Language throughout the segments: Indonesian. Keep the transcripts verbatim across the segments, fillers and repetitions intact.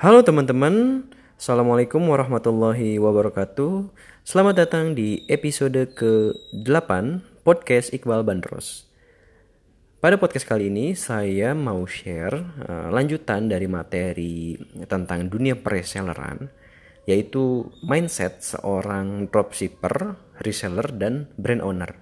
Halo teman-teman, Assalamualaikum warahmatullahi wabarakatuh. Selamat datang di episode ke delapan Podcast Iqbal Bandros. Pada podcast kali ini saya mau share uh, lanjutan dari materi tentang dunia preselleran, yaitu mindset seorang dropshipper, reseller, dan brand owner.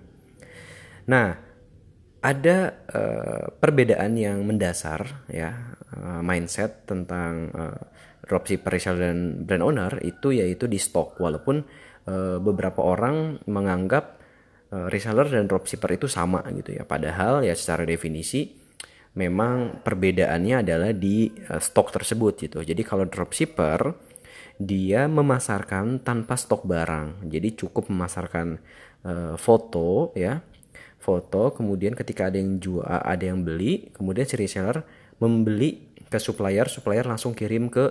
Nah, ada uh, perbedaan yang mendasar ya, uh, mindset tentang uh, dropshipper, reseller, dan brand owner itu yaitu di stok. Walaupun uh, beberapa orang menganggap uh, reseller dan dropshipper itu sama gitu ya, padahal ya secara definisi memang perbedaannya adalah di uh, stok tersebut gitu. Jadi kalau dropshipper dia memasarkan tanpa stok barang, jadi cukup memasarkan uh, foto ya, foto, kemudian ketika ada yang jual, ada yang beli, kemudian si reseller membeli ke supplier, supplier langsung kirim ke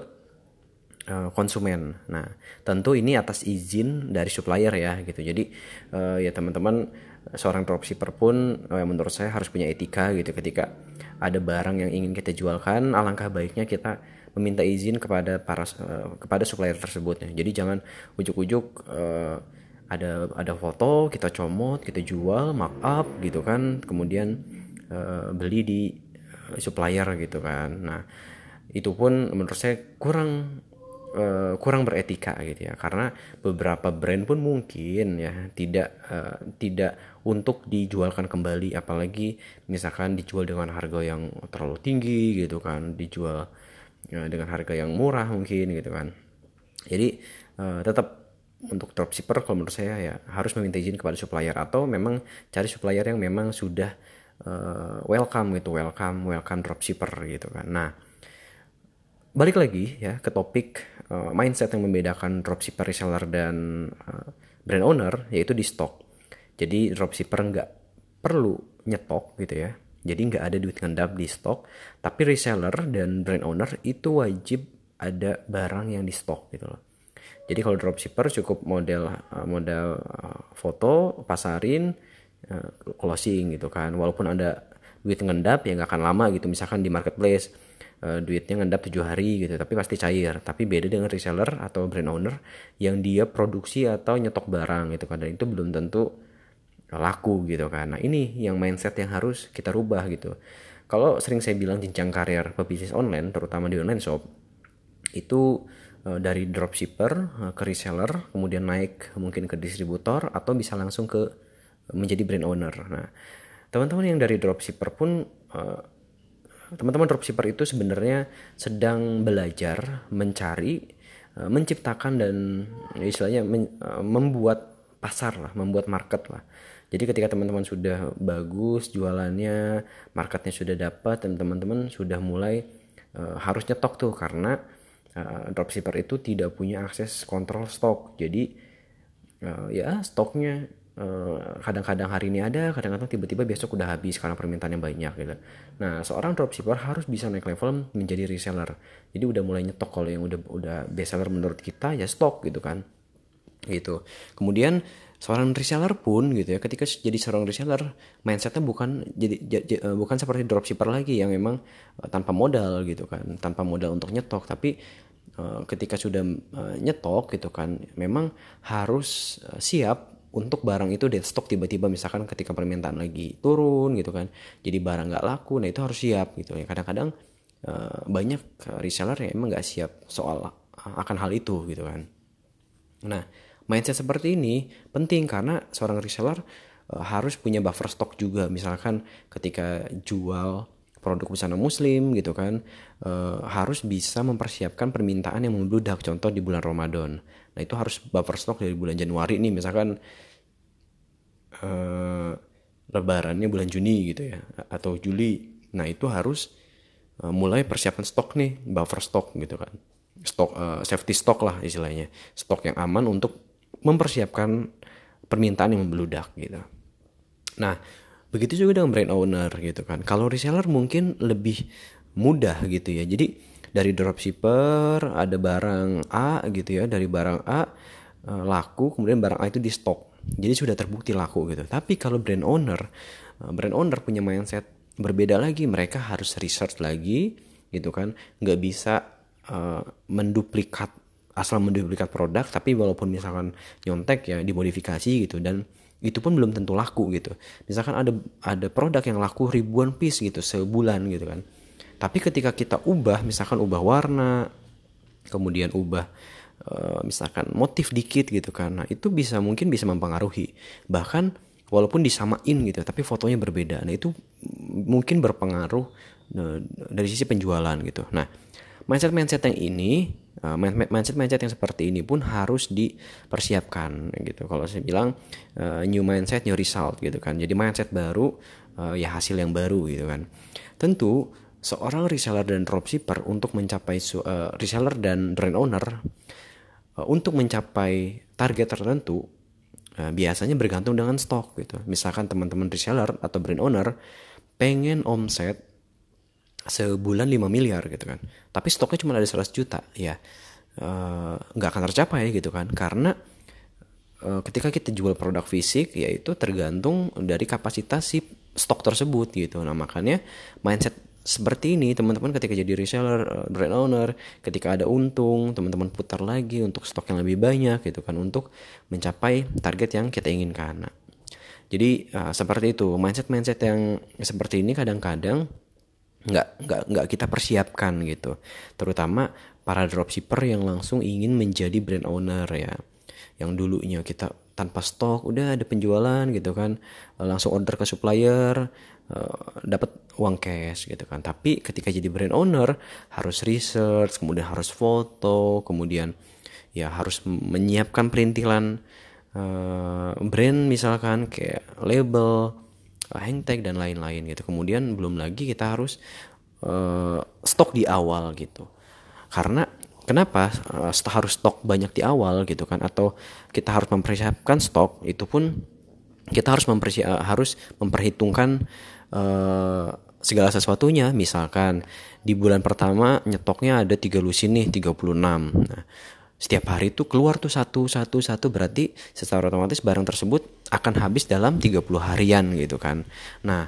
uh, konsumen. Nah, tentu ini atas izin dari supplier ya gitu. Jadi uh, ya teman-teman, seorang dropshipper pun uh, menurut saya harus punya etika gitu. Ketika ada barang yang ingin kita jualkan, alangkah baiknya kita meminta izin kepada para uh, kepada supplier tersebut. Jadi jangan ujuk-ujuk uh, ada ada foto kita comot, kita jual markup gitu kan, kemudian uh, beli di uh, supplier gitu kan. Nah, itu pun menurut saya kurang uh, kurang beretika gitu ya, karena beberapa brand pun mungkin ya tidak uh, tidak untuk dijualkan kembali, apalagi misalkan dijual dengan harga yang terlalu tinggi gitu kan, dijual uh, dengan harga yang murah mungkin gitu kan. Jadi uh, tetap untuk dropshipper kalau menurut saya ya harus meminta izin kepada supplier, atau memang cari supplier yang memang sudah uh, welcome gitu, welcome welcome dropshipper gitu kan. Nah, balik lagi ya ke topik uh, mindset yang membedakan dropshipper, reseller, dan uh, brand owner, yaitu di stok. Jadi dropshipper nggak perlu nyetok gitu ya, jadi nggak ada duit ngendap di stok, tapi reseller dan brand owner itu wajib ada barang yang di stok gitu loh. Jadi kalau dropshipper cukup model modal foto, pasarin, closing gitu kan. Walaupun ada duit ngendap ya nggak akan lama gitu. Misalkan di marketplace duitnya ngendap tujuh hari gitu, tapi pasti cair. Tapi beda dengan reseller atau brand owner yang dia produksi atau nyetok barang gitu kan, dan itu belum tentu laku gitu kan. Nah, ini yang mindset yang harus kita rubah gitu. Kalau sering saya bilang jenjang karir pebisnis online, terutama di online shop, itu dari dropshipper ke reseller, kemudian naik mungkin ke distributor, atau bisa langsung ke menjadi brand owner. Nah, teman-teman yang dari dropshipper pun, teman-teman dropshipper itu sebenarnya sedang belajar mencari, menciptakan, dan istilahnya membuat pasar lah, membuat market lah. Jadi ketika teman-teman sudah bagus jualannya, marketnya sudah dapat, dan teman-teman sudah mulai uh, harus nyetok tuh, karena Uh, dropshipper itu tidak punya akses kontrol stok. Jadi uh, ya stoknya uh, kadang-kadang hari ini ada, kadang-kadang tiba-tiba besok udah habis karena permintaannya banyak gitu. Nah, seorang dropshipper harus bisa naik level menjadi reseller. Jadi udah mulai nyetok. Kalau yang udah udah best seller menurut kita ya stok gitu kan, gitu. Kemudian seorang reseller pun gitu ya, ketika jadi seorang reseller, mindsetnya bukan jadi j, j, bukan seperti dropshipper lagi yang memang uh, tanpa modal gitu kan, tanpa modal untuk nyetok. Tapi uh, ketika sudah uh, nyetok gitu kan, memang harus uh, siap untuk barang itu dead stock tiba-tiba, misalkan ketika permintaan lagi turun gitu kan, jadi barang nggak laku. Nah, itu harus siap gitu ya. Kadang-kadang uh, banyak reseller yang emang nggak siap soal uh, akan hal itu gitu kan. Nah, mindset seperti ini penting karena seorang reseller uh, harus punya buffer stock juga. Misalkan ketika jual produk busana muslim gitu kan, uh, harus bisa mempersiapkan permintaan yang membludak. Contoh di bulan Ramadan. Nah, itu harus buffer stock dari bulan Januari nih, misalkan uh, lebarannya bulan Juni gitu ya, atau Juli. Nah, itu harus uh, mulai persiapan stok nih, buffer stock gitu kan. Stok uh, safety stock lah istilahnya. Stok yang aman untuk mempersiapkan permintaan yang membludak gitu. Nah, begitu juga dengan brand owner gitu kan. Kalau reseller mungkin lebih mudah gitu ya. Jadi dari dropshipper ada barang A gitu ya, dari barang A uh, laku, kemudian barang A itu di stok. Jadi sudah terbukti laku gitu. Tapi kalau brand owner, uh, brand owner punya mindset berbeda lagi. Mereka harus research lagi gitu kan. Nggak bisa uh, menduplikat asal menduplikat produk, tapi walaupun misalkan nyontek ya dimodifikasi gitu, dan itu pun belum tentu laku gitu. Misalkan ada ada produk yang laku ribuan piece gitu sebulan gitu kan, tapi ketika kita ubah, misalkan ubah warna, kemudian ubah uh, misalkan motif dikit gitu kan, nah itu bisa mungkin bisa mempengaruhi. Bahkan walaupun disamain gitu tapi fotonya berbeda, nah itu mungkin berpengaruh uh, dari sisi penjualan gitu. Nah, mindset-mindset yang ini, uh, mindset-mindset yang seperti ini pun harus dipersiapkan gitu. Kalau saya bilang uh, new mindset new result gitu kan. Jadi mindset baru, uh, ya hasil yang baru gitu kan. Tentu seorang reseller dan dropshipper untuk mencapai uh, reseller dan brand owner uh, untuk mencapai target tertentu uh, biasanya bergantung dengan stok gitu. Misalkan teman-teman reseller atau brand owner pengen omset sebulan lima miliar gitu kan, tapi stoknya cuma ada seratus juta, ya nggak uh, akan tercapai gitu kan. Karena uh, ketika kita jual produk fisik, yaitu tergantung dari kapasitas si stok tersebut gitu. Nah makanya mindset seperti ini teman-teman ketika jadi reseller, brand owner, ketika ada untung teman-teman putar lagi untuk stok yang lebih banyak gitu kan, untuk mencapai target yang kita inginkan. Nah, jadi uh, seperti itu mindset-mindset yang seperti ini kadang-kadang nggak nggak nggak kita persiapkan gitu, terutama para dropshipper yang langsung ingin menjadi brand owner ya, yang dulunya kita tanpa stok udah ada penjualan gitu kan, langsung order ke supplier, uh, dapat uang cash gitu kan. Tapi ketika jadi brand owner harus research, kemudian harus foto, kemudian ya harus menyiapkan perintilan uh, brand, misalkan kayak label, hang tag dan lain-lain gitu. Kemudian belum lagi kita harus uh, stok di awal gitu. Karena kenapa uh, harus stok banyak di awal gitu kan, atau kita harus mempersiapkan stok itu pun kita harus mempersi harus memperhitungkan uh, segala sesuatunya. Misalkan di bulan pertama nyetoknya ada tiga lusin nih, tiga puluh enam. Nah, setiap hari tuh keluar tuh satu satu satu, berarti secara otomatis barang tersebut akan habis dalam tiga puluh harian gitu kan. Nah,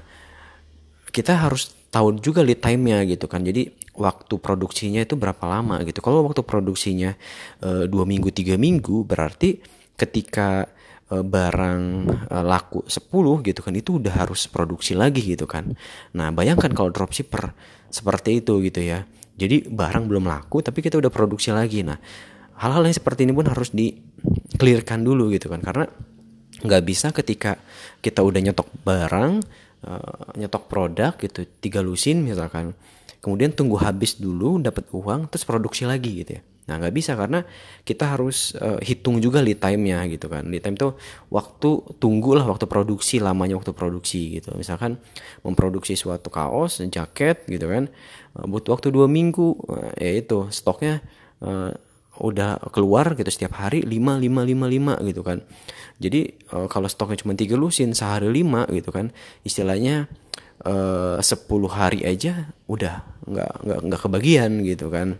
kita harus tahu juga lead time-nya gitu kan. Jadi waktu produksinya itu berapa lama gitu. Kalau waktu produksinya e, dua minggu tiga minggu, berarti ketika e, barang e, laku sepuluh gitu kan, itu udah harus produksi lagi gitu kan. Nah, bayangkan kalau dropshipper seperti itu gitu ya. Jadi barang belum laku tapi kita udah produksi lagi. Nah, hal-hal yang seperti ini pun harus di-clearkan dulu gitu kan. Karena nggak bisa ketika kita udah nyetok barang, uh, nyetok produk gitu, tiga lusin misalkan, kemudian tunggu habis dulu dapat uang terus produksi lagi gitu ya. Nah nggak bisa, karena kita harus uh, hitung juga lead time-nya gitu kan. Lead time itu waktu tunggu lah, waktu produksi, lamanya waktu produksi gitu. Misalkan memproduksi suatu kaos, jaket gitu kan, uh, butuh waktu dua minggu, uh, ya itu stoknya uh, udah keluar gitu setiap hari lima lima lima lima gitu kan. Jadi uh, kalau stoknya cuma tiga lusin sehari lima gitu kan, istilahnya uh, sepuluh hari aja udah nggak nggak nggak kebagian gitu kan.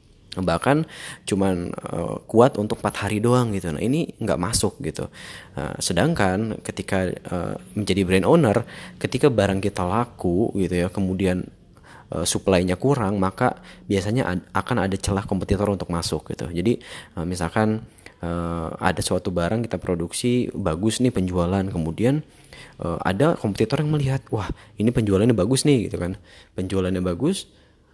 Bahkan cuman uh, kuat untuk empat hari doang gitu. Nah ini nggak masuk gitu. Uh, sedangkan ketika uh, menjadi brand owner, ketika barang kita laku gitu ya, kemudian Uh, supply-nya kurang, maka biasanya ad- akan ada celah kompetitor untuk masuk gitu. Jadi uh, misalkan uh, ada suatu barang kita produksi bagus nih penjualan, kemudian uh, ada kompetitor yang melihat, wah ini penjualannya bagus nih gitu kan, penjualannya bagus,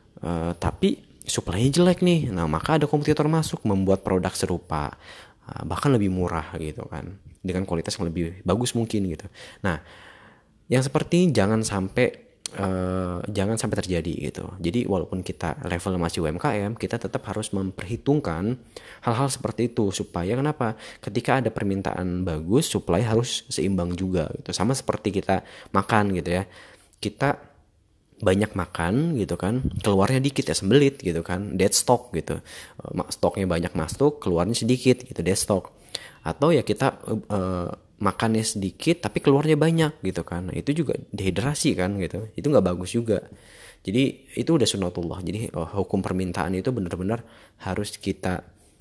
uh, tapi supply-nya jelek nih. Nah maka ada kompetitor masuk membuat produk serupa, uh, bahkan lebih murah gitu kan, dengan kualitas yang lebih bagus mungkin gitu. Nah yang seperti jangan sampai Uh, jangan sampai terjadi gitu. Jadi walaupun kita level masih U M K M, kita tetap harus memperhitungkan hal-hal seperti itu, supaya kenapa? Ketika ada permintaan bagus, supply harus seimbang juga gitu. Sama seperti kita makan gitu ya. Kita banyak makan gitu kan, keluarnya dikit ya sembelit gitu kan, dead stock gitu. Uh, stoknya banyak masuk, keluarnya sedikit gitu, dead stock. Atau ya kita uh, makannya sedikit tapi keluarnya banyak gitu kan, nah, itu juga dehidrasi kan gitu, itu nggak bagus juga. Jadi itu udah sunatullah. Jadi uh, hukum permintaan itu benar-benar harus kita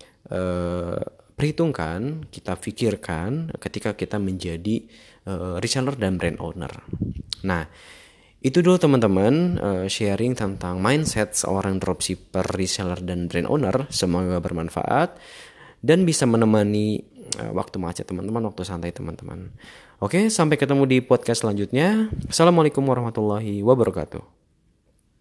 uh, perhitungkan, kita pikirkan ketika kita menjadi uh, reseller dan brand owner. Nah Itu dulu teman-teman, uh, sharing tentang mindset seorang dropshipper, reseller, dan brand owner. Semoga bermanfaat dan bisa menemani uh, waktu macet teman-teman, waktu santai teman-teman. Oke, sampai ketemu di podcast selanjutnya. Assalamualaikum warahmatullahi wabarakatuh.